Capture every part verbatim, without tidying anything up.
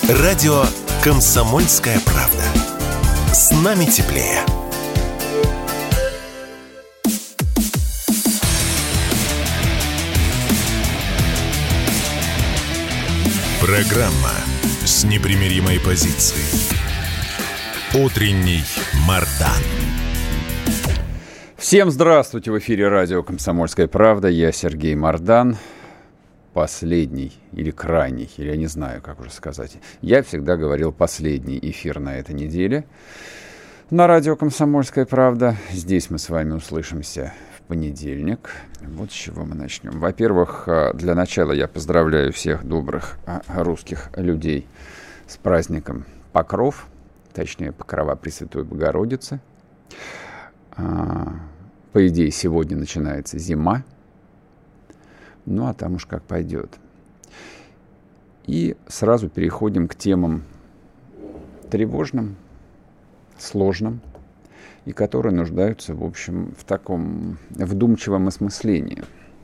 Радио «Комсомольская правда». С нами теплее. Программа с непримиримой позицией. Утренний Мардан. Всем здравствуйте! В эфире радио «Комсомольская правда». Я Сергей Мардан. Последний или крайний, или я не знаю, как уже сказать. Я всегда говорил последний эфир на этой неделе на радио «Комсомольская правда». Здесь мы с вами услышимся в понедельник. Вот с чего мы начнем. Во-первых, для начала я поздравляю всех добрых русских людей с праздником Покров, точнее, Покрова Пресвятой Богородицы. По идее, сегодня начинается зима. Ну, а там уж как пойдет. И сразу переходим к темам тревожным, сложным, и которые нуждаются, в общем, в таком вдумчивом осмыслении.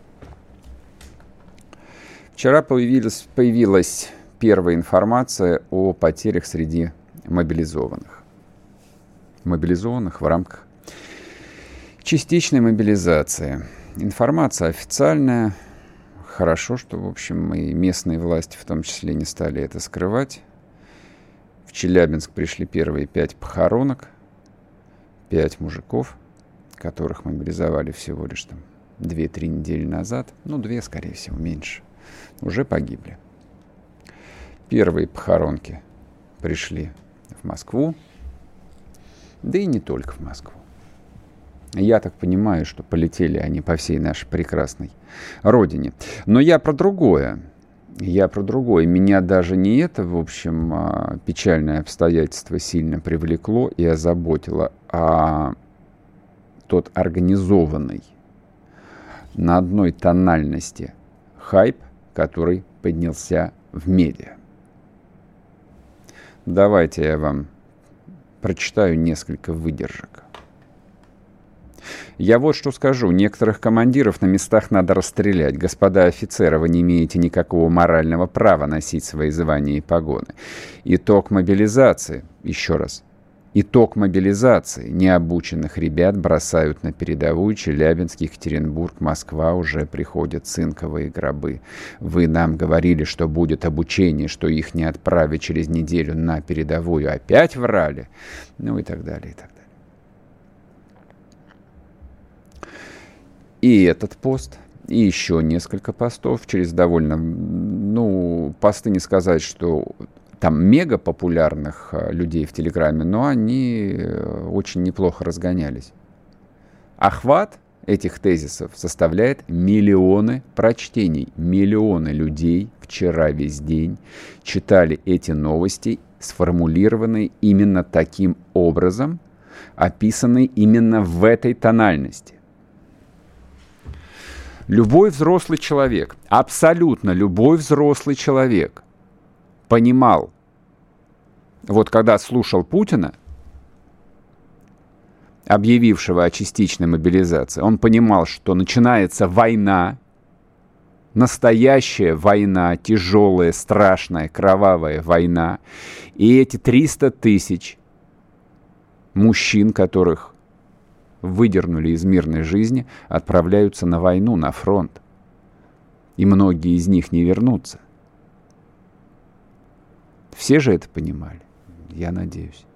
Вчера появилась, появилась первая информация о потерях среди мобилизованных. Мобилизованных в рамках частичной мобилизации. Информация официальная. Хорошо, что, в общем, и местные власти в том числе не стали это скрывать. В Челябинск пришли первые пять похоронок. Пять мужиков, которых мобилизовали всего лишь там две-три недели назад. Ну, две, скорее всего, меньше. Уже погибли. Первые похоронки пришли в Москву. Да и не только в Москву. Я так понимаю, что полетели они по всей нашей прекрасной родине. Но я про другое. Я про другое. Меня даже не это, в общем, печальное обстоятельство сильно привлекло и озаботило, а тот организованный на одной тональности хайп, который поднялся в медиа. Давайте я вам прочитаю несколько выдержек. Я вот что скажу. Некоторых командиров на местах надо расстрелять. Господа офицеры, вы не имеете никакого морального права носить свои звания и погоны. Итог мобилизации. Еще раз. Итог мобилизации. Необученных ребят бросают на передовую. Челябинск, Екатеринбург, Москва уже приходят цинковые гробы. Вы нам говорили, что будет обучение, что их не отправят через неделю на передовую. Опять врали. Ну и так далее, и так далее. И этот пост, и еще несколько постов через довольно, ну, посты не сказать, что там мега популярных людей в Телеграме, но они очень неплохо разгонялись. Охват этих тезисов составляет миллионы прочтений. Миллионы людей вчера весь день читали эти новости, сформулированные именно таким образом, описанные именно в этой тональности. Любой взрослый человек, абсолютно любой взрослый человек понимал, вот когда слушал Путина, объявившего о частичной мобилизации, он понимал, что начинается война, настоящая война, тяжелая, страшная, кровавая война, и эти триста тысяч мужчин, которых выдернули из мирной жизни, отправляются на войну, на фронт. И многие из них не вернутся. Все же это понимали, я надеюсь.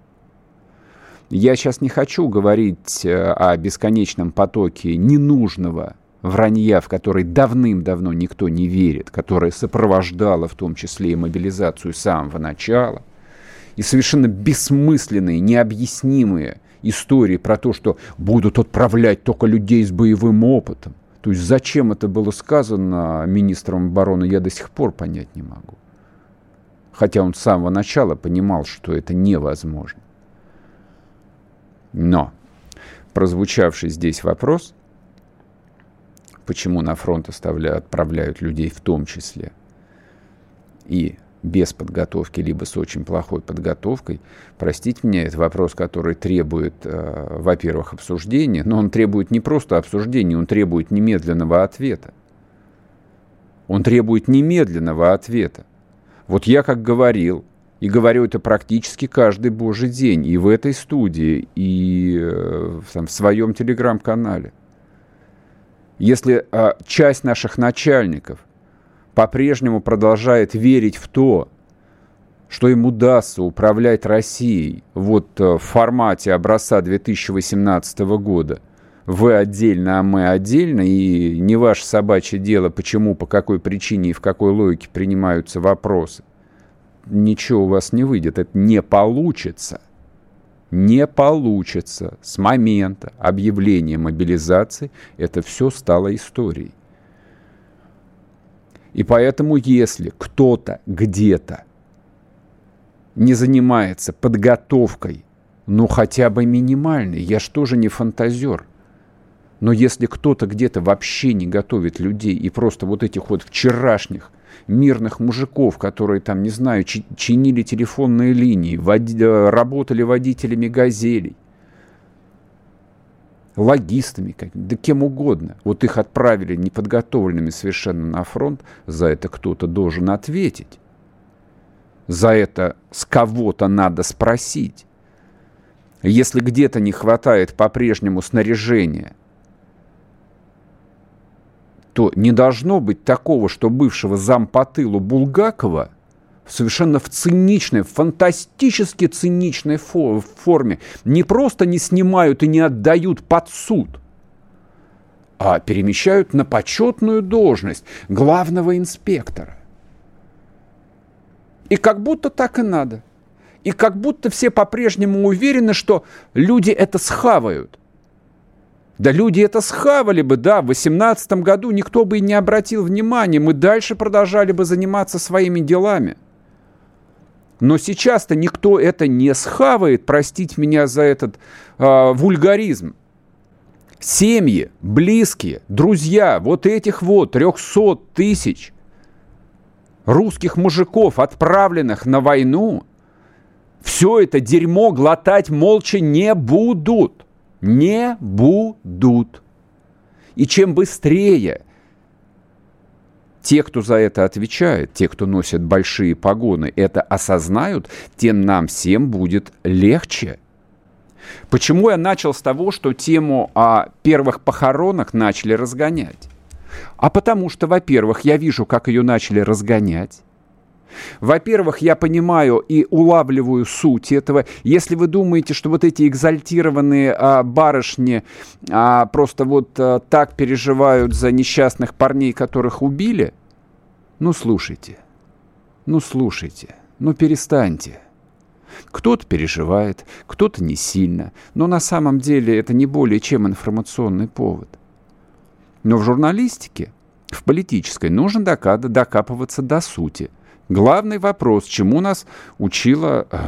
Я сейчас не хочу говорить о бесконечном потоке ненужного вранья, в который давным-давно никто не верит, которое сопровождало в том числе и мобилизацию с самого начала, и совершенно бессмысленные, необъяснимые истории про то, что будут отправлять только людей с боевым опытом. То есть зачем это было сказано министром обороны, я до сих пор понять не могу. Хотя он с самого начала понимал, что это невозможно. Но прозвучавший здесь вопрос, почему на фронт оставляют, отправляют людей в том числе и без подготовки, либо с очень плохой подготовкой. Простите меня, это вопрос, который требует, э, во-первых, обсуждения, но он требует не просто обсуждения, он требует немедленного ответа. Он требует немедленного ответа. Вот я как говорил, и говорю это практически каждый божий день, и в этой студии, и э, там, в своем телеграм-канале. Если э, часть наших начальников по-прежнему продолжает верить в то, что им удастся управлять Россией вот э, в формате образца две тысячи восемнадцатого года, вы отдельно, а мы отдельно, и не ваше собачье дело, почему, по какой причине и в какой логике принимаются вопросы, ничего у вас не выйдет, это не получится. Не получится. С момента объявления мобилизации это все стало историей. И поэтому, если кто-то где-то не занимается подготовкой, ну хотя бы минимальной, я ж тоже не фантазер, но если кто-то где-то вообще не готовит людей и просто вот этих вот вчерашних мирных мужиков, которые там, не знаю, чи- чинили телефонные линии, води- работали водителями «Газелей», логистами, да кем угодно. Вот их отправили неподготовленными совершенно на фронт, за это кто-то должен ответить. За это с кого-то надо спросить. Если где-то не хватает по-прежнему снаряжения, то не должно быть такого, что бывшего зампо тылу Булгакова совершенно в циничной, фантастически циничной фо- форме не просто не снимают и не отдают под суд, а перемещают на почетную должность главного инспектора. И как будто так и надо. И как будто все по-прежнему уверены, что люди это схавают. Да люди это схавали бы, да, в восемнадцатом году никто бы и не обратил внимания, мы дальше продолжали бы заниматься своими делами. Но сейчас-то никто это не схавает, простите меня за этот э, вульгаризм. Семьи, близкие, друзья вот этих вот трехсот тысяч русских мужиков, отправленных на войну, все это дерьмо глотать молча не будут. Не будут. И чем быстрее те, кто за это отвечает, те, кто носят большие погоны, это осознают, тем нам всем будет легче. Почему я начал с того, что тему о первых похоронах начали разгонять? А потому что, во-первых, я вижу, как ее начали разгонять. Во-первых, я понимаю и улавливаю суть этого. Если вы думаете, что вот эти экзальтированные а, барышни а, просто вот а, так переживают за несчастных парней, которых убили, ну слушайте, ну слушайте, ну перестаньте. Кто-то переживает, кто-то не сильно, но на самом деле это не более чем информационный повод. Но в журналистике, в политической, нужно дока- докапываться до сути. Главный вопрос, чему нас учила э,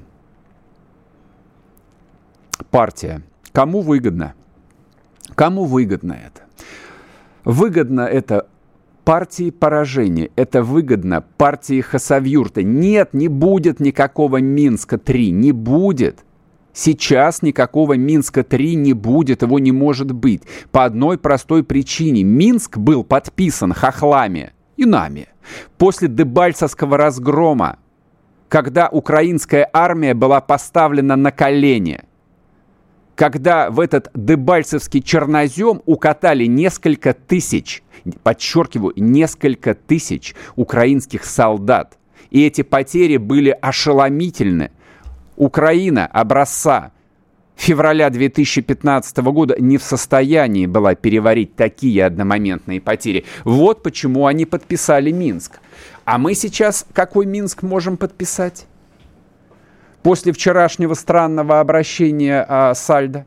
партия. Кому выгодно? Кому выгодно это? Выгодно это партии поражения. Это выгодно партии Хасавюрта. Нет, не будет никакого Минска-три. Не будет. Сейчас никакого Минска-три не будет. Его не может быть. По одной простой причине. Минск был подписан хохлами и нами после Дебальцевского разгрома, когда украинская армия была поставлена на колени, когда в этот дебальцевский чернозем укатали несколько тысяч, подчеркиваю, несколько тысяч украинских солдат. И эти потери были ошеломительны. Украина образца февраля две тысячи пятнадцатого года не в состоянии была переварить такие одномоментные потери. Вот почему они подписали Минск. А мы сейчас какой Минск можем подписать? После вчерашнего странного обращения а, Сальдо.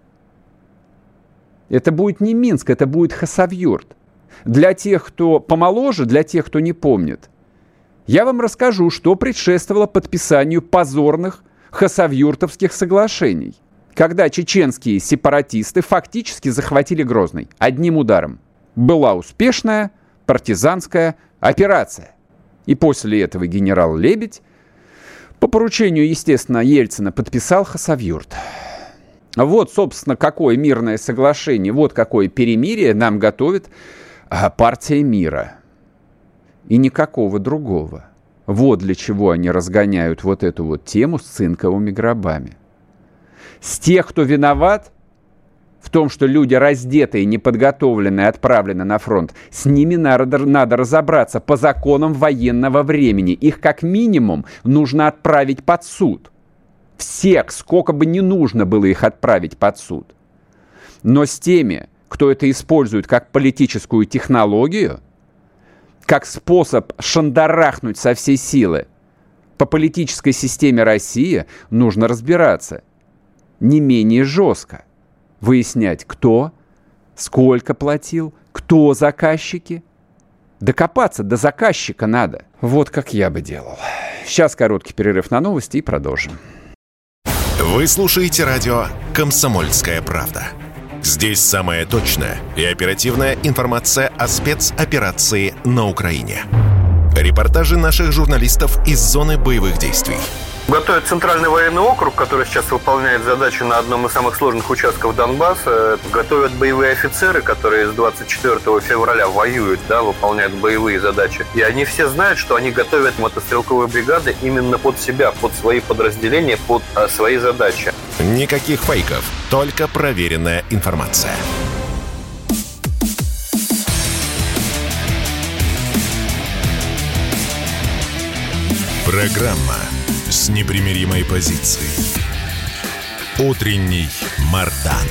Это будет не Минск, это будет Хасавюрт. Для тех, кто помоложе, для тех, кто не помнит, я вам расскажу, что предшествовало подписанию позорных хасавюртовских соглашений, когда чеченские сепаратисты фактически захватили Грозный одним ударом. Была успешная партизанская операция. И после этого генерал Лебедь по поручению, естественно, Ельцина подписал Хасавюрт. Вот, собственно, какое мирное соглашение, вот какое перемирие нам готовит партия мира. И никакого другого. Вот для чего они разгоняют вот эту вот тему с цинковыми гробами. С тех, кто виноват в том, что люди раздетые, неподготовленные, отправлены на фронт, с ними надо, надо разобраться по законам военного времени. Их как минимум нужно отправить под суд. Всех, сколько бы не нужно было их отправить под суд. Но с теми, кто это использует как политическую технологию, как способ шандарахнуть со всей силы по политической системе России, нужно разбираться не менее жестко. Выяснять, кто, сколько платил, кто заказчики. Докопаться до заказчика надо. Вот как я бы делал. Сейчас короткий перерыв на новости и продолжим. Вы слушаете радио «Комсомольская правда». Здесь самая точная и оперативная информация о спецоперации на Украине. Репортажи наших журналистов из зоны боевых действий. Готовит Центральный военный округ, который сейчас выполняет задачу на одном из самых сложных участков Донбасса. Готовят боевые офицеры, которые с двадцать четвёртого февраля воюют, да, выполняют боевые задачи. И они все знают, что они готовят мотострелковые бригады именно под себя, под свои подразделения, под а, свои задачи. Никаких фейков, только проверенная информация. Программа с непримиримой позицией. Утренний Мардан.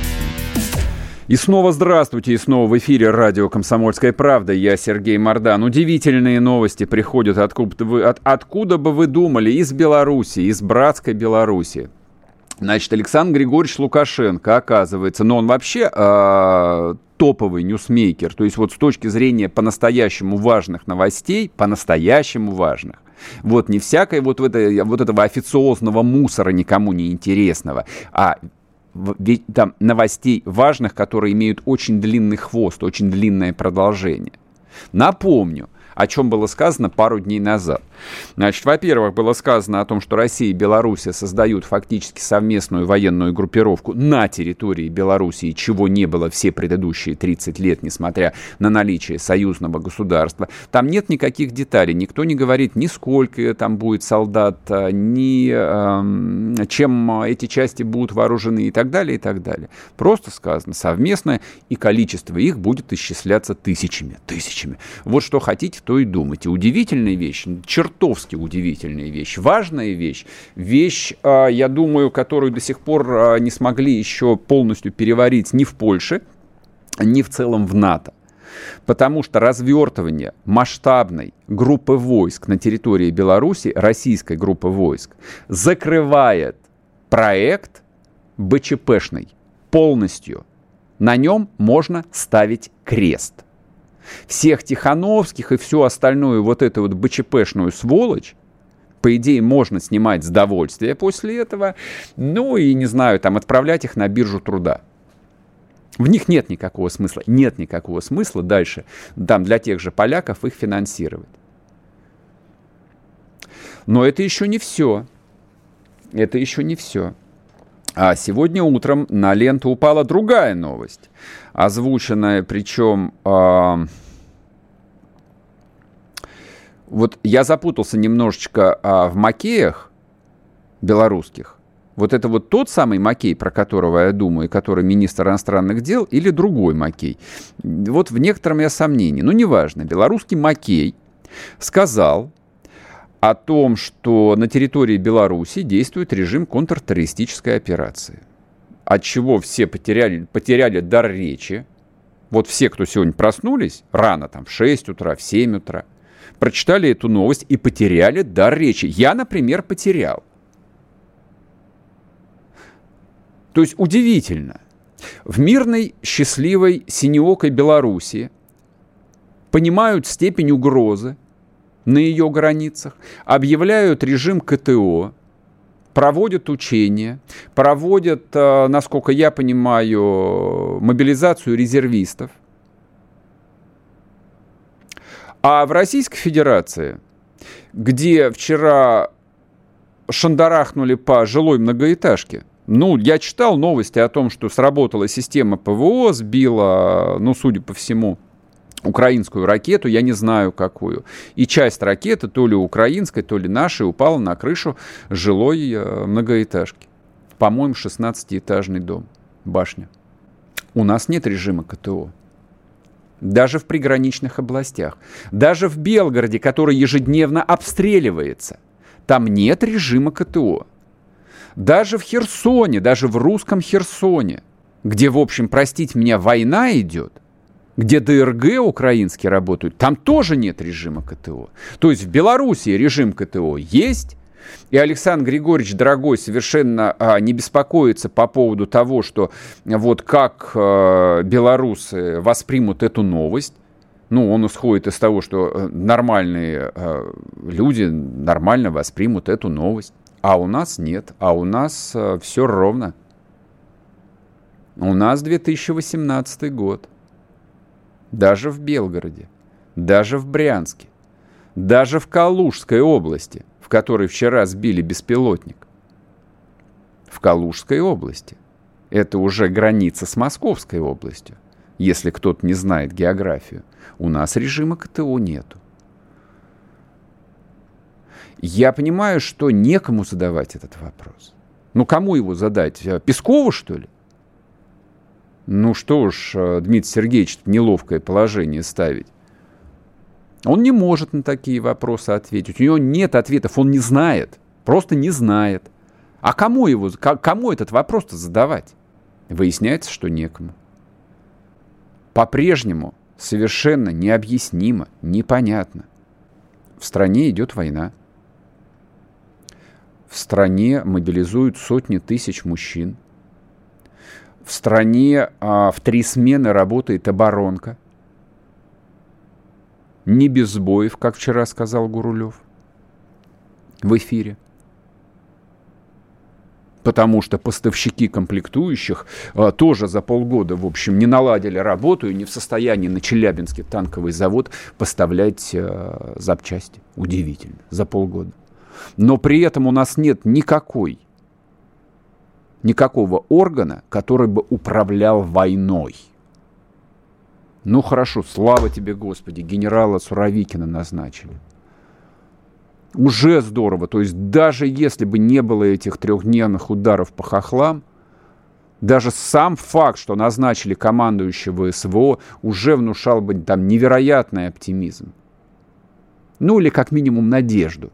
И снова здравствуйте, и снова в эфире радио «Комсомольская правда». Я Сергей Мардан. Удивительные новости приходят, откуда, вы, от, откуда бы вы думали, из Беларуси, из братской Беларуси. Значит, Александр Григорьевич Лукашенко, оказывается, но он вообще э, топовый ньюсмейкер, то есть вот с точки зрения по-настоящему важных новостей, по-настоящему важных, вот не всякой вот, это, вот этого официозного мусора никому не интересного, а ведь там новостей важных, которые имеют очень длинный хвост, очень длинное продолжение. Напомню, о чем было сказано пару дней назад. Значит, во-первых, было сказано о том, что Россия и Белоруссия создают фактически совместную военную группировку на территории Белоруссии, чего не было все предыдущие тридцать лет, несмотря на наличие союзного государства. Там нет никаких деталей, никто не говорит ни сколько там будет солдат, ни э, чем эти части будут вооружены и так далее, и так далее. Просто сказано совместное, и количество их будет исчисляться тысячами, тысячами. Вот что хотите, то и думайте. Удивительная вещь, чертовски удивительная вещь, важная вещь, вещь, я думаю, которую до сих пор не смогли еще полностью переварить ни в Польше, ни в целом в НАТО. Потому что развертывание масштабной группы войск на территории Беларуси, российской группы войск, закрывает проект БЧПшный полностью. На нем можно ставить крест. Всех Тихановских и всю остальную вот эту вот БЧПшную сволочь, по идее, можно снимать с довольствия после этого, ну и, не знаю, там, отправлять их на биржу труда. В них нет никакого смысла, нет никакого смысла дальше там для тех же поляков их финансировать. Но это еще не все. Это еще не все. А сегодня утром на ленту упала другая новость, озвученная, причем... Э, вот я запутался немножечко э, в макеях белорусских. Вот это вот тот самый макей, про которого я думаю, который министр иностранных дел, или другой макей. Вот в некотором я сомнении. Но неважно. Белорусский макей сказал о том, что на территории Беларуси действует режим контртеррористической операции. От чего все потеряли, потеряли дар речи. Вот все, кто сегодня проснулись, рано, там, в шесть утра, в семь утра, прочитали эту новость и потеряли дар речи. Я, например, потерял. То есть удивительно. В мирной, счастливой, синеокой Беларуси понимают степень угрозы на ее границах, объявляют режим КТО, проводят учения, проводят, насколько я понимаю, мобилизацию резервистов. А в Российской Федерации, где вчера шандарахнули по жилой многоэтажке, ну, я читал новости о том, что сработала система ПВО, сбила, ну, судя по всему, украинскую ракету, я не знаю какую. И часть ракеты, то ли украинской, то ли нашей, упала на крышу жилой э, многоэтажки. По-моему, шестнадцатиэтажный дом, башня. У нас нет режима КТО. Даже в приграничных областях. Даже в Белгороде, который ежедневно обстреливается, там нет режима КТО. Даже в Херсоне, даже в русском Херсоне, где, в общем, простите меня, война идет, где ДРГ украинские работают, там тоже нет режима КТО. То есть в Белоруссии режим КТО есть, и Александр Григорьевич, дорогой, совершенно а, не беспокоится по поводу того, что вот как а, белорусы воспримут эту новость. Ну, он исходит из того, что нормальные а, люди нормально воспримут эту новость. А у нас нет, а у нас а, все ровно. У нас две тысячи восемнадцатый год. Даже в Белгороде, даже в Брянске, даже в Калужской области, в которой вчера сбили беспилотник. В Калужской области. Это уже граница с Московской областью, если кто-то не знает географию. У нас режима КТО нету. Я понимаю, что некому задавать этот вопрос. Ну, кому его задать? Пескову, что ли? Ну что уж, Дмитрий Сергеевич, неловкое положение ставить. Он не может на такие вопросы ответить. У него нет ответов, он не знает. Просто не знает. А кому его, кому этот вопрос-то задавать? Выясняется, что некому. По-прежнему совершенно необъяснимо, непонятно. В стране идет война. В стране мобилизуют сотни тысяч мужчин. В стране а, в три смены работает оборонка. Не без сбоев, как вчера сказал Гурулев в эфире. Потому что поставщики комплектующих а, тоже за полгода, в общем, не наладили работу и не в состоянии на Челябинский танковый завод поставлять а, запчасти. Удивительно. За полгода. Но при этом у нас нет никакой Никакого органа, который бы управлял войной. Ну хорошо, слава тебе, Господи, генерала Суровикина назначили. Уже здорово. То есть даже если бы не было этих трехдневных ударов по хохлам, даже сам факт, что назначили командующего СВО, уже внушал бы там невероятный оптимизм. Ну или как минимум надежду.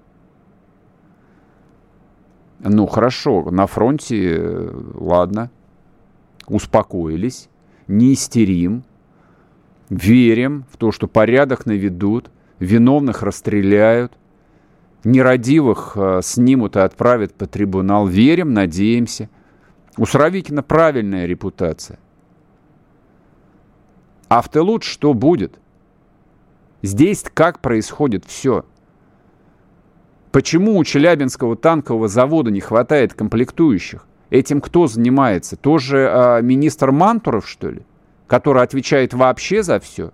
Ну, хорошо, на фронте, ладно, успокоились, не истерим, верим в то, что порядок наведут, виновных расстреляют, нерадивых э, снимут и отправят под трибунал. Верим, надеемся. У Суровикина правильная репутация. А в тылу что будет? Здесь как происходит все? Почему у Челябинского танкового завода не хватает комплектующих? Этим кто занимается? Тоже а, министр Мантуров, что ли? Который отвечает вообще за все?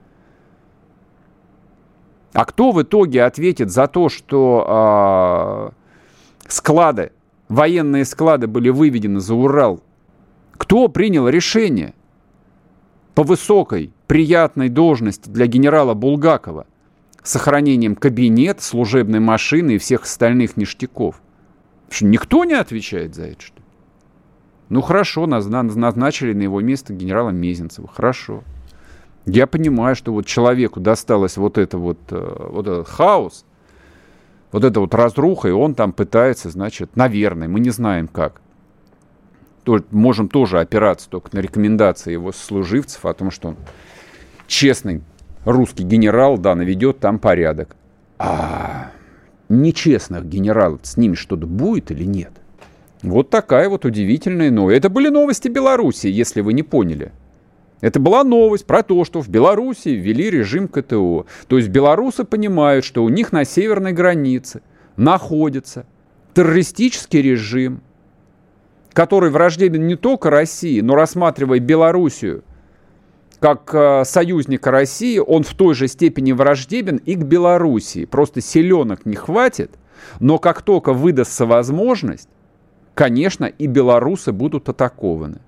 А кто в итоге ответит за то, что а, склады, военные склады были выведены за Урал? Кто принял решение по высокой, приятной должности для генерала Булгакова? С сохранением кабинета, служебной машины и всех остальных ништяков. Что, никто не отвечает за это, что ли? Ну, хорошо, назначили на его место генерала Мезенцева. Хорошо. Я понимаю, что вот человеку досталось вот это вот, вот этот хаос, вот эта вот разруха, и он там пытается, значит, наверное, мы не знаем как. То, можем тоже опираться только на рекомендации его сослуживцев о том, что он честный русский генерал, да, наведет там порядок. А нечестных генералов с ними что-то будет или нет? Вот такая вот удивительная новость. Это были новости Беларуси, если вы не поняли. Это была новость про то, что в Беларуси ввели режим КТО. То есть белорусы понимают, что у них на северной границе находится террористический режим, который враждебен не только России, но рассматривая Белоруссию как э, союзника России, он в той же степени враждебен и к Белоруссии. Просто силенок не хватит, но как только выдастся возможность, конечно, и белорусы будут атакованы.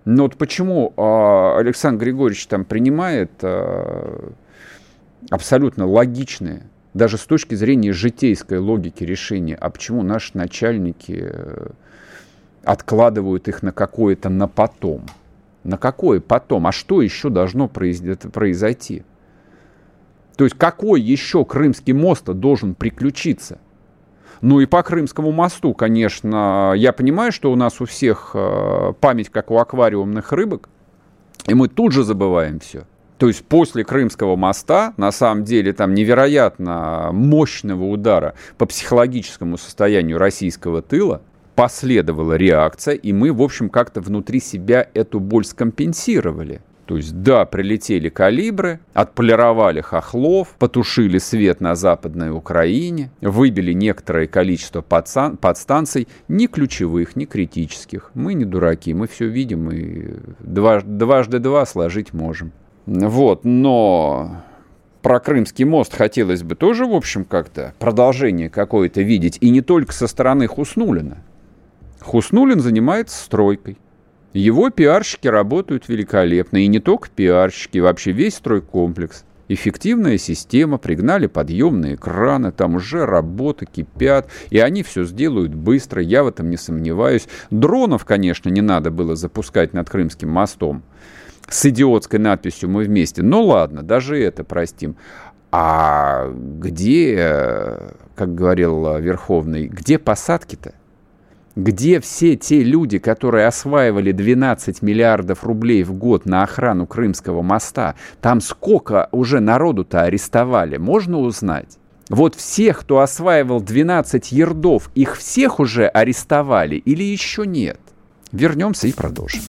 Но вот почему э, Александр Григорьевич там принимает э, абсолютно логичные, даже с точки зрения житейской логики решения, а почему наши начальники э, откладывают их на какое-то на потом? На какое потом? А что еще должно произойти? То есть какой еще Крымский мост должен приключиться? Ну и по Крымскому мосту, конечно, я понимаю, что у нас у всех память как у аквариумных рыбок, и мы тут же забываем все. То есть после Крымского моста, на самом деле, там невероятно мощного удара по психологическому состоянию российского тыла последовала реакция, и мы, в общем, как-то внутри себя эту боль скомпенсировали. То есть, да, прилетели калибры, отполировали хохлов, потушили свет на Западной Украине, выбили некоторое количество подсан- подстанций, ни ключевых, ни критических. Мы не дураки, мы все видим и дваж- дважды два сложить можем. Вот, но про Крымский мост хотелось бы тоже, в общем, как-то продолжение какое-то видеть, и не только со стороны Хуснуллина. Хуснуллин занимается стройкой. Его пиарщики работают великолепно. И не только пиарщики, вообще весь стройкомплекс. Эффективная система, пригнали подъемные краны, там уже работы кипят. И они все сделают быстро, я в этом не сомневаюсь. Дронов, конечно, не надо было запускать над Крымским мостом с идиотской надписью «Мы вместе». Ну ладно, даже это простим. А где, как говорил Верховный, где посадки-то? Где все те люди, которые осваивали двенадцать миллиардов рублей в год на охрану Крымского моста? Там сколько уже народу-то арестовали? Можно узнать? Вот всех, кто осваивал двенадцать ярдов, их всех уже арестовали или еще нет? Вернемся и продолжим.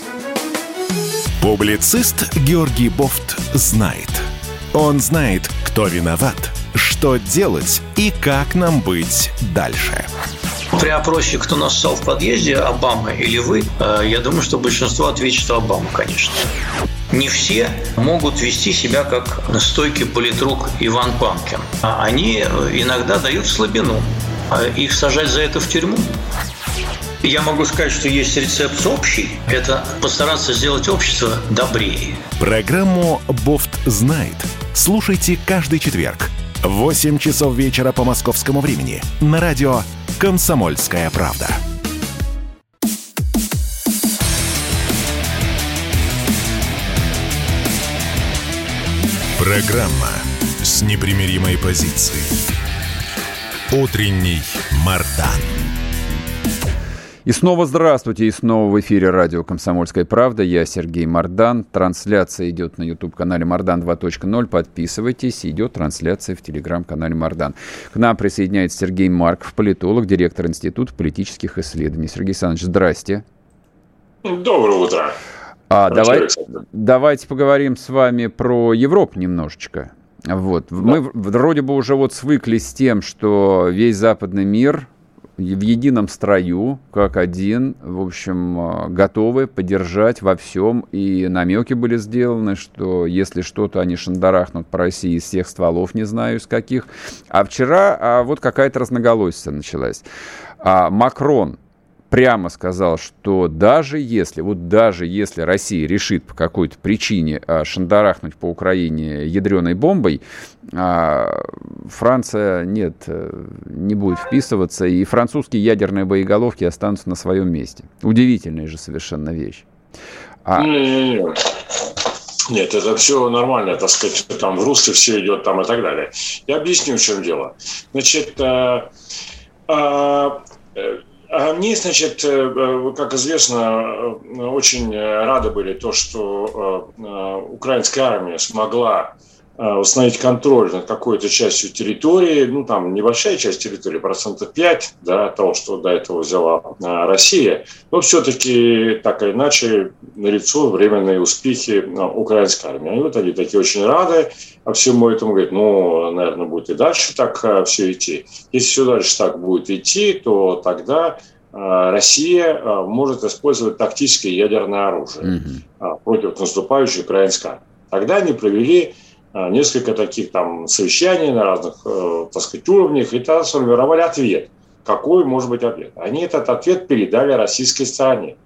Публицист Георгий Бофт знает. Он знает, кто виноват, что делать и как нам быть дальше. При опросе, кто нассал в подъезде, Обама или вы, я думаю, что большинство ответит, что Обама, конечно. Не все могут вести себя как стойкий политрук Иван Панкин. Они иногда дают слабину. Их сажать за это в тюрьму. Я могу сказать, что есть рецепт общий. Это постараться сделать общество добрее. Программу «Бофт знает» слушайте каждый четверг в восемь часов вечера по московскому времени на радио «Комсомольская правда». Программа с непримиримой позицией. Утренний Мардан. И снова здравствуйте, и снова в эфире радио «Комсомольская правда». Я Сергей Мардан. Трансляция идет на YouTube-канале Мардан два точка ноль. Подписывайтесь. Идет трансляция в телеграм-канале Мардан. К нам присоединяется Сергей Марков, политолог, директор Института политических исследований. Сергей Александрович, здрасте. Доброе утро. А, давай, давайте поговорим с вами про Европу немножечко. Вот. Да. Мы вроде бы уже вот свыклись с тем, что весь западный мир в едином строю, как один, в общем, готовы поддержать во всем. И намеки были сделаны, что если что-то они шандарахнут по России из всех стволов, не знаю из каких. А вчера а вот какая-то разноголосица началась. А Макрон прямо сказал, что даже если, вот даже если Россия решит по какой-то причине а, шандарахнуть по Украине ядреной бомбой, а, Франция, нет, не будет вписываться, и французские ядерные боеголовки останутся на своем месте. Удивительная же совершенно вещь. А... Нет, это все нормально, так сказать, там в русле все идет там и так далее. Я объясню, в чем дело. Значит, а, а, Они, значит, как известно, очень рады были то, что украинская армия смогла установить контроль над какой-то частью территории, ну, там, небольшая часть территории, процентов пять, да, того, что до этого взяла Россия, но все-таки, так или иначе, налицо временные успехи украинской армии. И вот они такие очень рады всему этому, говорят, ну, наверное, будет и дальше так все идти. Если все дальше так будет идти, то тогда Россия может использовать тактическое ядерное оружие mm-hmm. против наступающей украинской армии. Тогда они провели несколько таких там совещаний на разных, так сказать, уровнях, и тогда сформировали ответ. Какой может быть ответ? Они этот ответ передали российской стороне.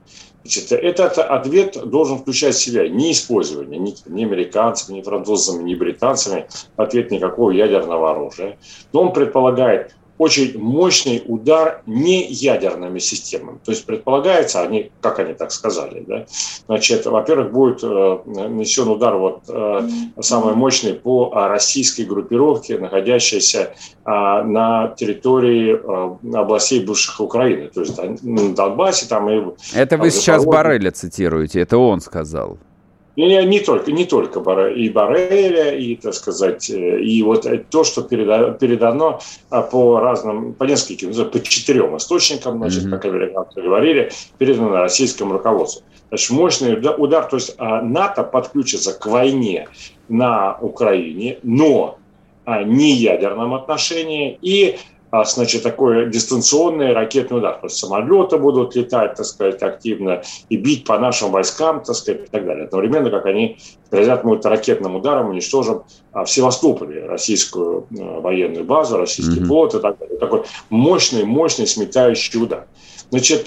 Значит, этот ответ должен включать в себя не использование ни, ни американцами, ни французами, ни британцами, ответ никакого ядерного оружия. Но он предполагает очень мощный удар не ядерными системами. То есть предполагается, они, как они так сказали, да, значит, во-первых, будет э, нанесен удар вот, э, самый мощный по российской группировке, находящейся э, на территории э, областей бывших Украины. То есть на Донбассе там и... Это вы сейчас Борреля цитируете, это он сказал. Не, не только, не только и Борреля, и, так сказать, и вот то, что передано по разным, по нескольким, по четырем источникам, значит, mm-hmm. как американцы говорили, передано российскому руководству. Значит, мощный удар, то есть НАТО подключится к войне на Украине, но не в ядерном отношении, и значит, такой дистанционный ракетный удар. То есть самолеты будут летать, так сказать, активно и бить по нашим войскам, так сказать, и так далее. Одновременно, как они грозят, мы ракетным ударом уничтожим в Севастополе российскую военную базу, российский mm-hmm. флот и так далее. Такой мощный, мощный сметающий удар. Значит,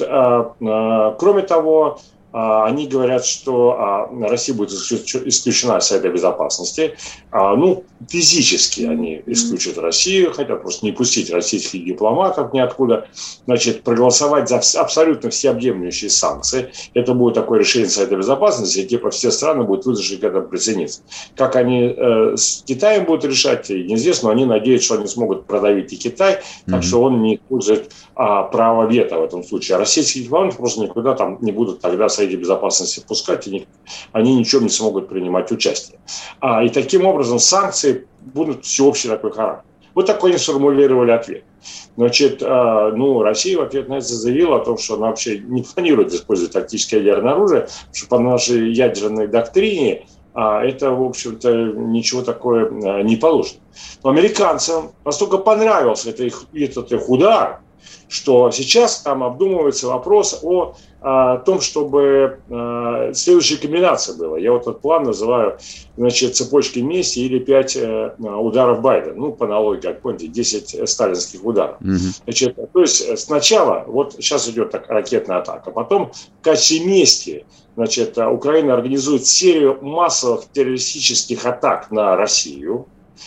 кроме того, они говорят, что Россия будет исключена из Совета Безопасности. Ну, физически они исключат Россию, хотят просто не пустить российских дипломатов ниоткуда. Значит, проголосовать за абсолютно всеобъемлющие санкции. Это будет такое решение Совета Безопасности, и типа все страны будут вынуждены к этому присоединиться. Как они э, с Китаем будут решать, неизвестно, но они надеются, что они смогут продавить и Китай, mm-hmm. так что он не использует а, право вето в этом случае. А российские дипломаты просто никуда там не будут тогда в Совете Безопасности пускать, и они ничем не смогут принимать участие. А, и таким образом санкции будут всеобщий такой характер. Вот такой они сформулировали ответ. Значит, а, ну, Россия в ответ на это заявила о том, что она вообще не планирует использовать тактическое ядерное оружие, что по нашей ядерной доктрине а, это, в общем-то, ничего такое а, не положено. Но американцам настолько понравился это их, этот их удар, что сейчас там обдумывается вопрос о, о том, чтобы э, следующая комбинация была. Я вот этот план называю, значит, цепочкой мести или пять э, ударов Байдена. Ну, по аналогии, как помните, десять сталинских ударов. Mm-hmm. Значит, то есть сначала, вот сейчас идет так, ракетная атака, потом в качестве мести, значит, Украина организует серию массовых террористических атак на Россию.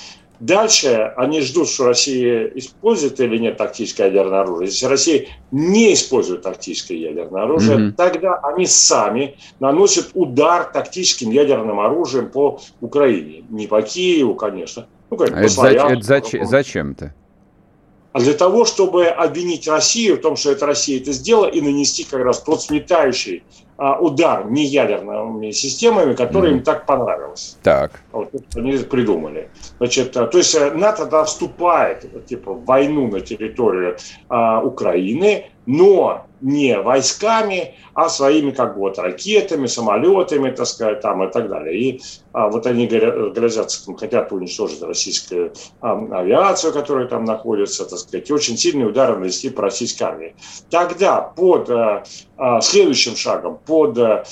Дальше они ждут, что Россия использует или нет тактическое ядерное оружие. Если Россия не использует тактическое ядерное оружие, mm-hmm. тогда они сами наносят удар тактическим ядерным оружием по Украине. Не по Киеву, конечно. Ну, как, а по Славянску, это зачем, зачем-то? А для того, чтобы обвинить Россию в том, что это Россия это сделала, и нанести как раз тот сметающий а, удар не ядерными системами, которые mm. им так понравилось. Так. Вот они придумали. Значит, то есть НАТО да, вступает типа, в войну на территорию а, Украины, но не войсками, а своими как бы вот ракетами, самолетами, так сказать, там и так далее. И а, вот они грозятся, там, хотят уничтожить российскую а, авиацию, которая там находится, так сказать, и очень сильные удары нанести по российской армии. Тогда под а, а, следующим шагом, под а,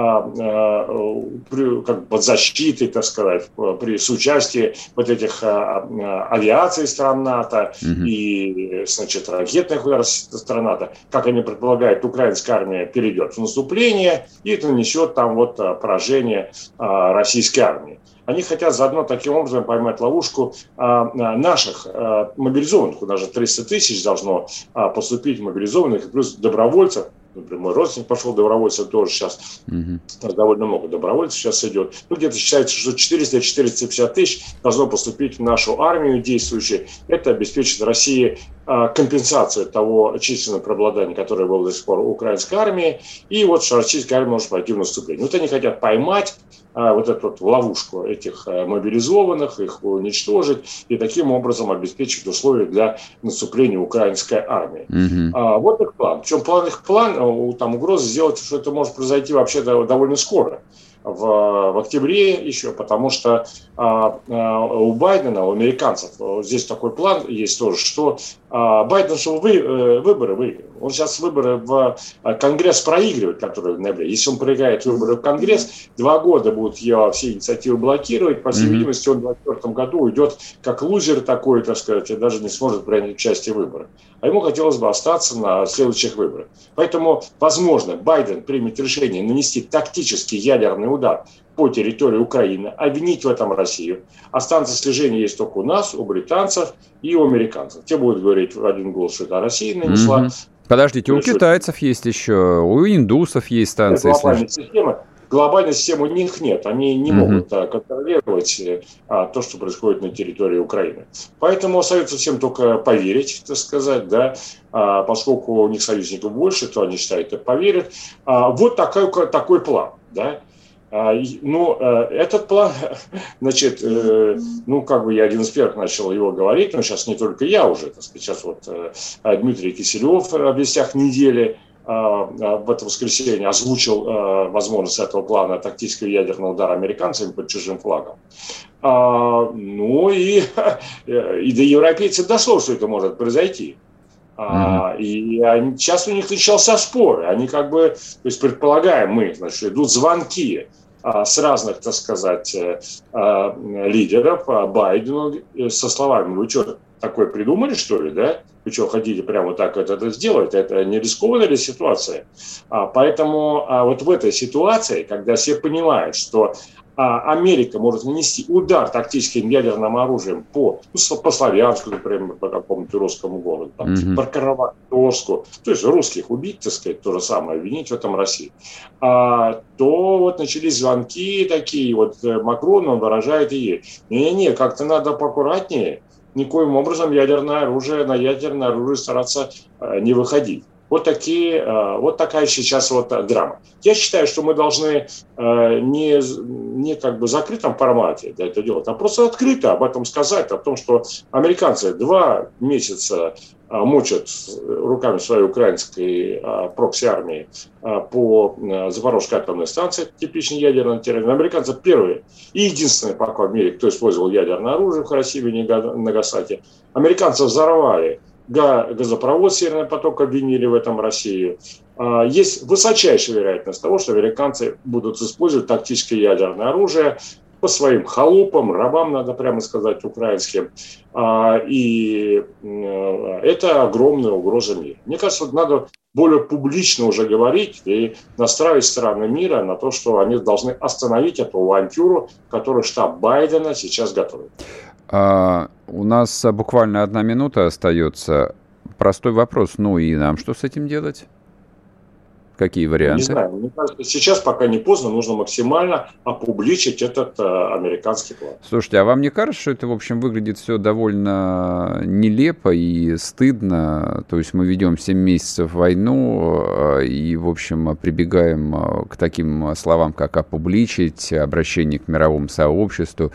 а, при, как бы под защитой, так сказать, при соучастии вот этих а, а, авиаций стран НАТО mm-hmm. и, значит, ракетных ударов стран НАТО, как они предполагают, украинская армия перейдет в наступление и нанесет там вот поражение а, российской армии. Они хотят заодно таким образом поймать ловушку а, наших а, мобилизованных. У нас же триста тысяч должно а, поступить мобилизованных, и плюс добровольцев. Например, мой родственник пошел добровольцем тоже сейчас. Mm-hmm. Довольно много добровольцев сейчас идет. Ну, где-то считается, что четыреста - четыреста пятьдесят тысяч должно поступить в нашу армию действующую. Это обеспечит России а, компенсацию того численного преобладания, которое было до сих пор у украинской армии. И вот что российская армия может пойти в наступление. Вот они хотят поймать а, вот эту вот ловушку этих а, мобилизованных, их уничтожить и таким образом обеспечить условия для наступления украинской армии. Mm-hmm. А, вот их план. Причем план их план там угроза сделать, что это может произойти вообще довольно скоро, в, в октябре еще, потому что а, а, у Байдена, у американцев, здесь такой план есть тоже, что Байден шел вы, выборы выиграл. Он сейчас выборы в Конгресс проигрывает, который в ноябре. Если он проиграет выборы в Конгресс, два года будут его все инициативы блокировать. По всей mm-hmm. видимости, он в двадцать четвёртом году уйдет как лузер такой, так сказать, и даже не сможет принять участие в выборах. А ему хотелось бы остаться на следующих выборах. Поэтому, возможно, Байден примет решение нанести тактический ядерный удар по территории Украины, обвинить в этом Россию. А станция слежения есть только у нас, у британцев и у американцев. Те будут говорить в один голос, что это Россия нанесла. Mm-hmm. Подождите, у китайцев есть еще, у индусов есть станции слежения. Глобальной системы у них нет. Они не mm-hmm. могут а, контролировать а, то, что происходит на территории Украины. Поэтому остается всем только поверить, так сказать, да, а, поскольку у них союзников больше, то они считают, что поверят. А, вот такой, такой план, да. Ну, этот план, значит, ну, как бы я один из первых начал его говорить, но сейчас не только я уже, так сказать, сейчас вот Дмитрий Киселев в «Вестях недели» в это воскресенье озвучил возможность этого плана тактического ядерного удара американцами под чужим флагом. Ну, и, и до европейцев дошло, что это может произойти. Mm-hmm. И они, сейчас у них начался спор. Они как бы, то есть предполагаем мы, значит, идут звонки с разных, так сказать, лидеров Байдену со словами: вы что, такое придумали, что ли, да? Вы что, хотите прямо так это, это сделать? Это не рискованная ли ситуация? Поэтому вот в этой ситуации, когда все понимают, что Америка может нанести удар тактическим ядерным оружием по, ну, по Славянску, например, по какому-то русскому городу, там, mm-hmm. по Краматорску, то есть русских убить, так сказать, то же самое, обвинить в этом Россию, а, то вот начались звонки такие, вот Макрон, он выражает и ей: не-не-не, как-то надо поаккуратнее, никоим образом ядерное оружие, на ядерное оружие стараться а, не выходить. Вот, такие, вот такая сейчас вот драма. Я считаю, что мы должны не, не как бы в закрытом формате это делать, а просто открыто об этом сказать, о том, что американцы два месяца мочат руками своей украинской прокси-армии по Запорожской атомной станции, типичный ядерный террор. Американцы первые и единственные пока в мире, кто использовал ядерное оружие в Хиросиме и Нагасаки. Американцы взорвали газопровод «Северный поток», обвинили в этом Россию. Есть высочайшая вероятность того, что американцы будут использовать тактическое ядерное оружие по своим холопам, рабам, надо прямо сказать, украинским. И это огромная угроза миру. Мне кажется, надо более публично уже говорить и настраивать страны мира на то, что они должны остановить эту авантюру, которую штаб Байдена сейчас готовит. А, у нас буквально одна минута остается. Простой вопрос. Ну и нам что с этим делать? Какие варианты? Не знаю. Мне кажется, сейчас пока не поздно, нужно максимально опубличить этот а, американский план. Слушайте, а вам не кажется, что это, в общем, выглядит все довольно нелепо и стыдно? То есть мы ведем семь месяцев войну и, в общем, прибегаем к таким словам, как опубличить, обращение к мировому сообществу.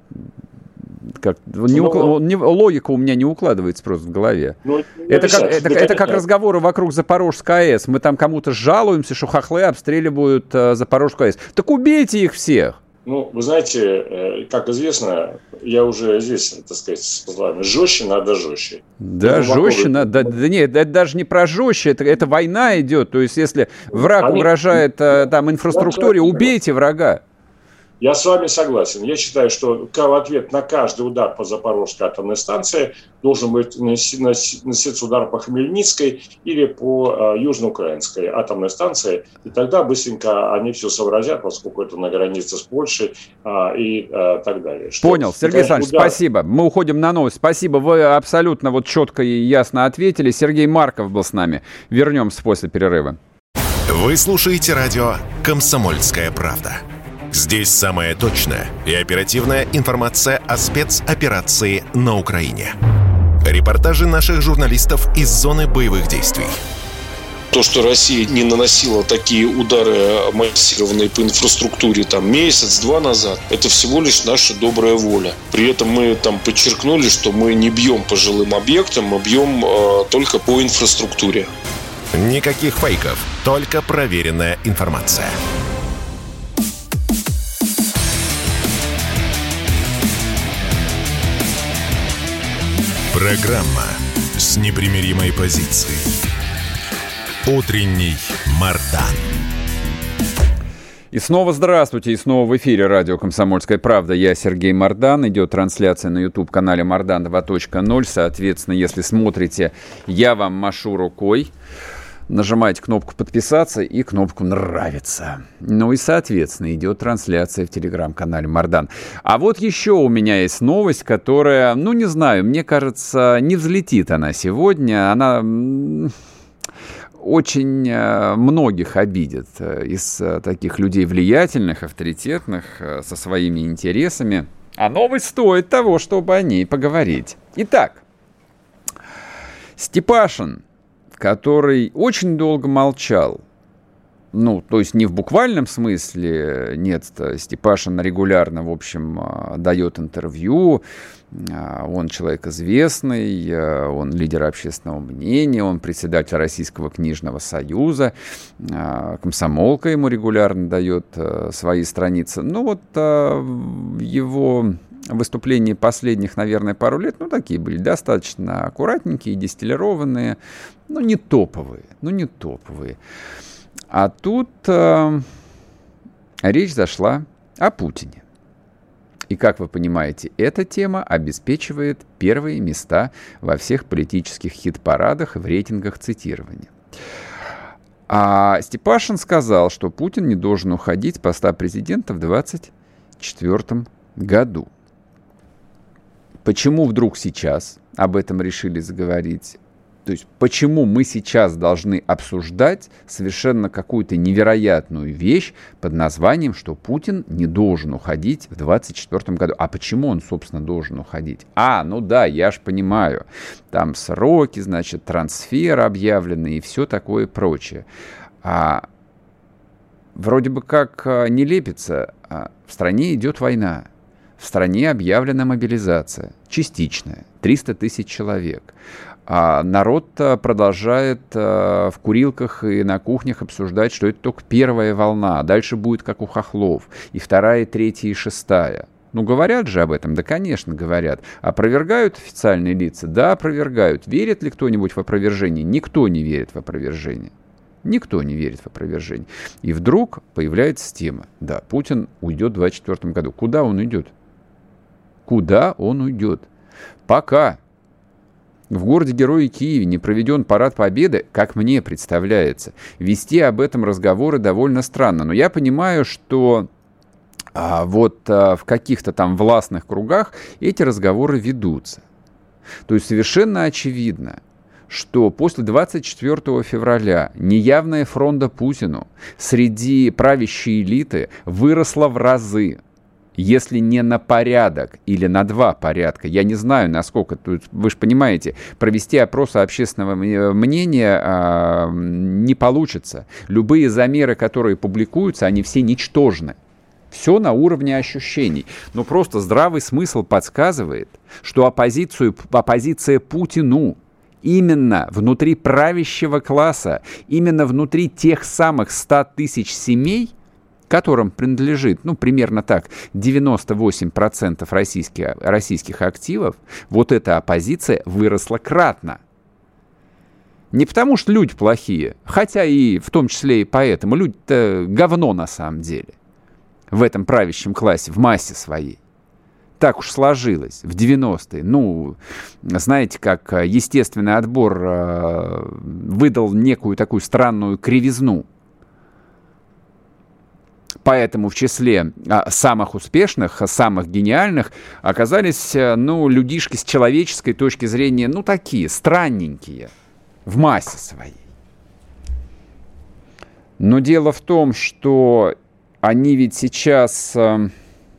Как, не укл... не, логика у меня не укладывается просто в голове. Ну, это, как, это, это как разговоры вокруг Запорожской АЭС. Мы там кому-то жалуемся, что хохлы обстреливают э, Запорожскую АЭС. Так убейте их всех! Ну, вы знаете, как известно, я уже здесь, так сказать, с вами, жестче надо жестче. Да, жестче надо. Да, да нет, это даже не про жестче, это, это война идет. То есть, если враг Они... угрожает э, там инфраструктуре, убейте врага. Я с вами согласен. Я считаю, что в ответ на каждый удар по Запорожской атомной станции должен быть нанесен удар по Хмельницкой или по э, Южноукраинской атомной станции. И тогда быстренько они все сообразят, поскольку это на границе с Польшей э, и э, так далее. Что, Понял. Сергей Александрович, удар... спасибо. Мы уходим на новость. Спасибо. Вы абсолютно вот четко и ясно ответили. Сергей Марков был с нами. Вернемся после перерыва. Вы слушаете радио «Комсомольская правда». Здесь самая точная и оперативная информация о спецоперации на Украине. Репортажи наших журналистов из зоны боевых действий. То, что Россия не наносила такие удары массированные по инфраструктуре там месяц-два назад, это всего лишь наша добрая воля. При этом мы там подчеркнули, что мы не бьем по жилым объектам, мы бьем э, только по инфраструктуре. Никаких фейков, только проверенная информация. Программа с непримиримой позицией. Утренний Мардан. И снова здравствуйте, и снова в эфире радио «Комсомольская правда». Я Сергей Мардан. Идет трансляция на YouTube-канале Мардан два точка ноль. Соответственно, если смотрите, я вам машу рукой. Нажимаете кнопку «Подписаться» и кнопку «Нравится». Ну и, соответственно, идет трансляция в телеграм-канале Мардан. А вот еще у меня есть новость, которая, ну, не знаю, мне кажется, не взлетит она сегодня. Она очень многих обидит из таких людей влиятельных, авторитетных, со своими интересами. А новость стоит того, чтобы о ней поговорить. Итак, Степашин, который очень долго молчал, ну, то есть не в буквальном смысле, нет, Степашин регулярно, в общем, дает интервью, он человек известный, он лидер общественного мнения, он председатель Российского книжного союза, комсомолка ему регулярно дает свои страницы. Ну, вот его выступления последних, наверное, пару лет, ну, такие были достаточно аккуратненькие, дистиллированные, ну, не топовые, ну, не топовые. А тут э, речь зашла о Путине. И, как вы понимаете, эта тема обеспечивает первые места во всех политических хит-парадах и в рейтингах цитирования. А Степашин сказал, что Путин не должен уходить с поста президента в двадцать четвёртом году. Почему вдруг сейчас об этом решили заговорить? То есть почему мы сейчас должны обсуждать совершенно какую-то невероятную вещь под названием, что Путин не должен уходить в двадцать четвёртом году? А почему он, собственно, должен уходить? А, ну да, я ж понимаю, там сроки, значит, трансфер объявлены и все такое прочее. А вроде бы как не лепится, а в стране идет война. В стране объявлена мобилизация, частичная, триста тысяч человек. А народ продолжает в курилках и на кухнях обсуждать, что это только первая волна, а дальше будет как у хохлов, и вторая, и третья, и шестая. Ну, говорят же об этом? Да, конечно, говорят. Опровергают официальные лица? Да, опровергают. Верит ли кто-нибудь в опровержение? Никто не верит в опровержение. Никто не верит в опровержение. И вдруг появляется тема. Да, Путин уйдет в двадцать четвёртом году. Куда он уйдет? Куда он уйдет? Пока в городе-герое Киеве не проведен парад Победы, как мне представляется, вести об этом разговоры довольно странно. Но я понимаю, что а, вот а, в каких-то там властных кругах эти разговоры ведутся. То есть совершенно очевидно, что после двадцать четвёртого февраля неявная фронта Путину среди правящей элиты выросла в разы. Если не на порядок или на два порядка, я не знаю, насколько, тут, вы же понимаете, провести опрос общественного мнения а, не получится. Любые замеры, которые публикуются, они все ничтожны. Все на уровне ощущений. Но просто здравый смысл подсказывает, что оппозицию, оппозиция Путину именно внутри правящего класса, именно внутри тех самых ста тысяч семей, которым принадлежит, ну, примерно так, девяносто восемь процентов российских, российских активов, вот эта оппозиция выросла кратно. Не потому что люди плохие, хотя и в том числе и поэтому. Люди-то говно на самом деле в этом правящем классе, в массе своей. Так уж сложилось в девяностые. Ну, знаете, как естественный отбор э, выдал некую такую странную кривизну. Поэтому в числе а, самых успешных, самых гениальных оказались, ну, людишки с человеческой точки зрения, ну, такие, странненькие, в массе своей. Но дело в том, что они ведь сейчас... А,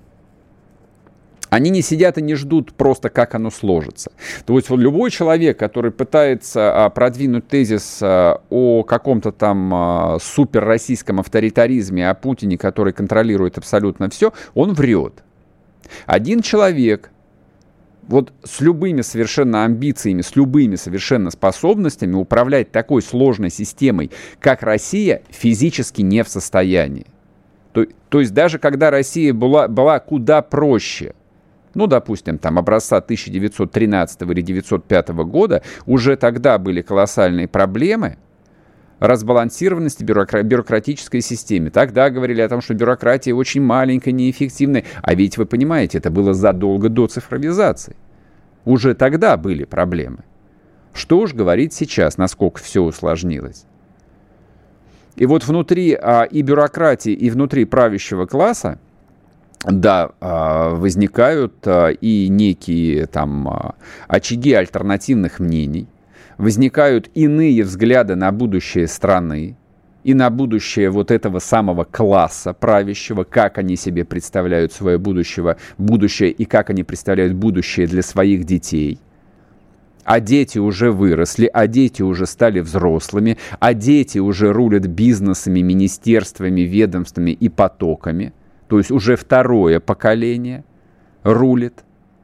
Они не сидят и не ждут просто, как оно сложится. То есть вот любой человек, который пытается а, продвинуть тезис а, о каком-то там а, суперроссийском авторитаризме, о Путине, который контролирует абсолютно все, он врет. Один человек вот с любыми совершенно амбициями, с любыми совершенно способностями управлять такой сложной системой, как Россия, физически не в состоянии. То, то есть даже когда Россия была, была куда проще, ну, допустим, там образца тысяча девятьсот тринадцатого или девятьсот пятого года, уже тогда были колоссальные проблемы разбалансированности бюрокра- бюрократической системы. Тогда говорили о том, что бюрократия очень маленькая, неэффективная. А ведь вы понимаете, это было задолго до цифровизации. Уже тогда были проблемы. Что уж говорить сейчас, насколько все усложнилось. И вот внутри а, и бюрократии, и внутри правящего класса, да, а, возникают а, и некие там а, очаги альтернативных мнений, возникают иные взгляды на будущее страны и на будущее вот этого самого класса правящего, как они себе представляют свое будущее, будущее и как они представляют будущее для своих детей. А дети уже выросли, а дети уже стали взрослыми, а дети уже рулят бизнесами, министерствами, ведомствами и потоками. То есть уже второе поколение рулит.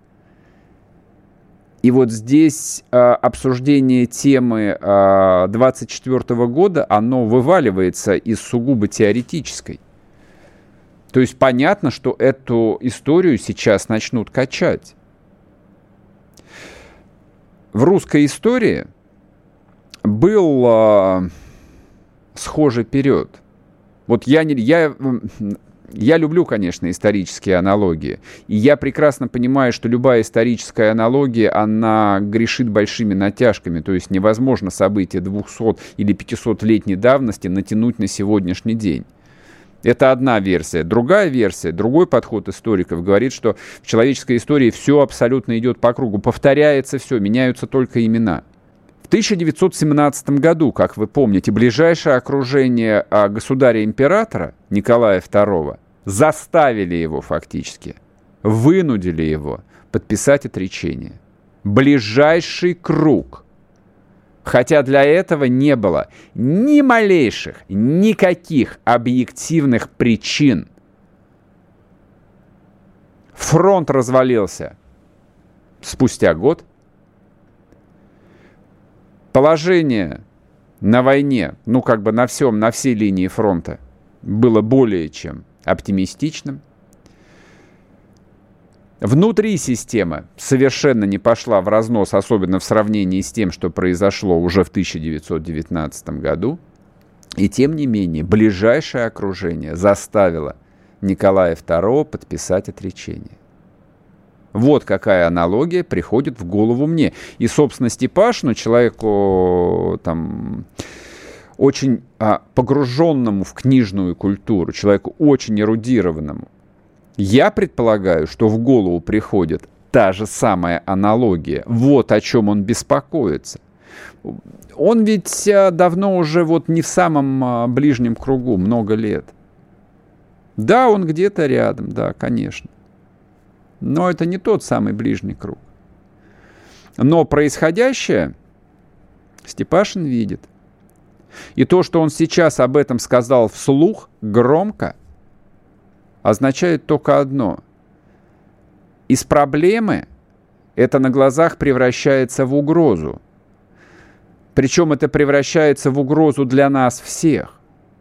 И вот здесь э, обсуждение темы э, двадцать четвёртого года, оно вываливается из сугубо теоретической. То есть понятно, что эту историю сейчас начнут качать. В русской истории был э, схожий период. Вот я, не, я, я люблю, конечно, исторические аналогии. И я прекрасно понимаю, что любая историческая аналогия, она грешит большими натяжками. То есть невозможно события двухсот- или пятисотлетней давности натянуть на сегодняшний день. Это одна версия. Другая версия, другой подход историков говорит, что в человеческой истории все абсолютно идет по кругу. Повторяется все, меняются только имена. В тысяча девятьсот семнадцатом году, как вы помните, ближайшее окружение государя-императора Николая второго заставили его фактически, вынудили его подписать отречение. Ближайший круг. Хотя для этого не было ни малейших, никаких объективных причин. Фронт развалился спустя год. Положение на войне, ну как бы на всем, на всей линии фронта было более чем оптимистичным. Внутри система совершенно не пошла в разнос, особенно в сравнении с тем, что произошло уже в тысяча девятьсот девятнадцатом году. И тем не менее, ближайшее окружение заставило Николая второго подписать отречение. Вот какая аналогия приходит в голову мне. И, собственно, Степашину, человеку там, очень а, погруженному в книжную культуру, человеку очень эрудированному, я предполагаю, что в голову приходит та же самая аналогия. Вот о чем он беспокоится. Он ведь давно уже вот не в самом ближнем кругу, много лет. Да, он где-то рядом, да, конечно. Но это не тот самый ближний круг. Но происходящее Степашин видит. И то, что он сейчас об этом сказал вслух, громко, означает только одно. Из проблемы это на глазах превращается в угрозу. Причем это превращается в угрозу для нас всех.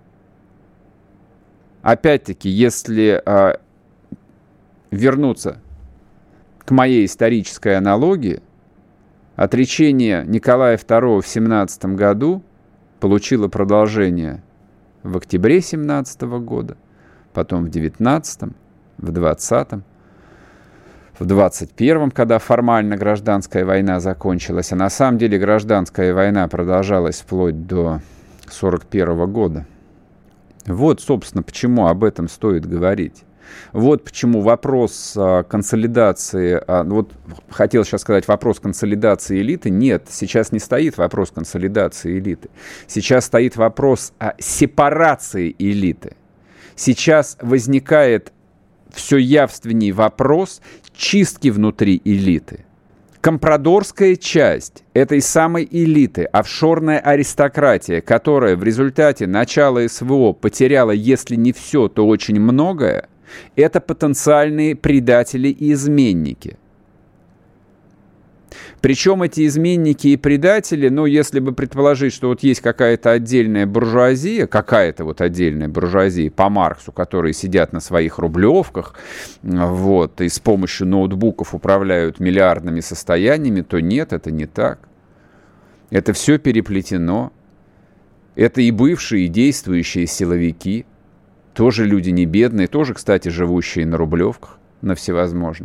Опять-таки, если э, вернуться к моей исторической аналогии, отречение Николая второго в семнадцатом году получило продолжение в октябре семнадцатого года, потом в девятнадцатом, в двадцатом, в двадцать первом, когда формально гражданская война закончилась, а на самом деле гражданская война продолжалась вплоть до сорок первого года. Вот, собственно, почему об этом стоит говорить. Вот почему вопрос а, консолидации, а, вот хотел сейчас сказать вопрос консолидации элиты, нет, сейчас не стоит вопрос консолидации элиты, сейчас стоит вопрос о сепарации элиты. Сейчас возникает все явственней вопрос чистки внутри элиты. Компрадорская часть этой самой элиты, офшорная аристократия, которая в результате начала СВО потеряла, если не все, то очень многое, это потенциальные предатели и изменники. Причем эти изменники и предатели, ну, если бы предположить, что вот есть какая-то отдельная буржуазия, какая-то вот отдельная буржуазия по Марксу, которые сидят на своих рублевках, вот, и с помощью ноутбуков управляют миллиардными состояниями, то нет, это не так. Это все переплетено. Это и бывшие, и действующие силовики, тоже люди не бедные, тоже, кстати, живущие на рублевках, на всевозможных.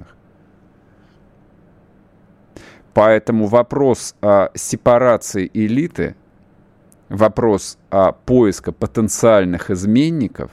Поэтому вопрос о сепарации элиты, вопрос о поиске потенциальных изменников,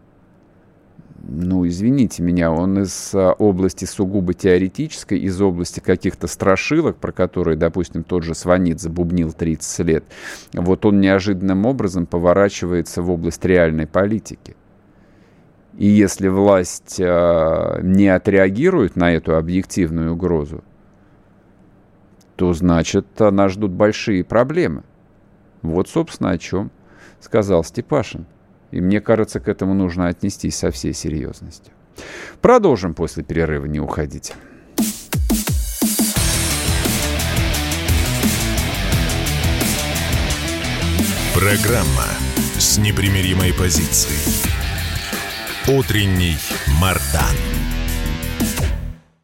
ну, извините меня, он из области сугубо теоретической, из области каких-то страшилок, про которые, допустим, тот же Сванидзе бубнил тридцать лет, вот он неожиданным образом поворачивается в область реальной политики. И если власть э, не отреагирует на эту объективную угрозу, то, значит, нас ждут большие проблемы. Вот, собственно, о чем сказал Степашин. И мне кажется, к этому нужно отнестись со всей серьезностью. Продолжим после перерыва, не уходите. Программа с непримиримой позицией. Утренний Мардан.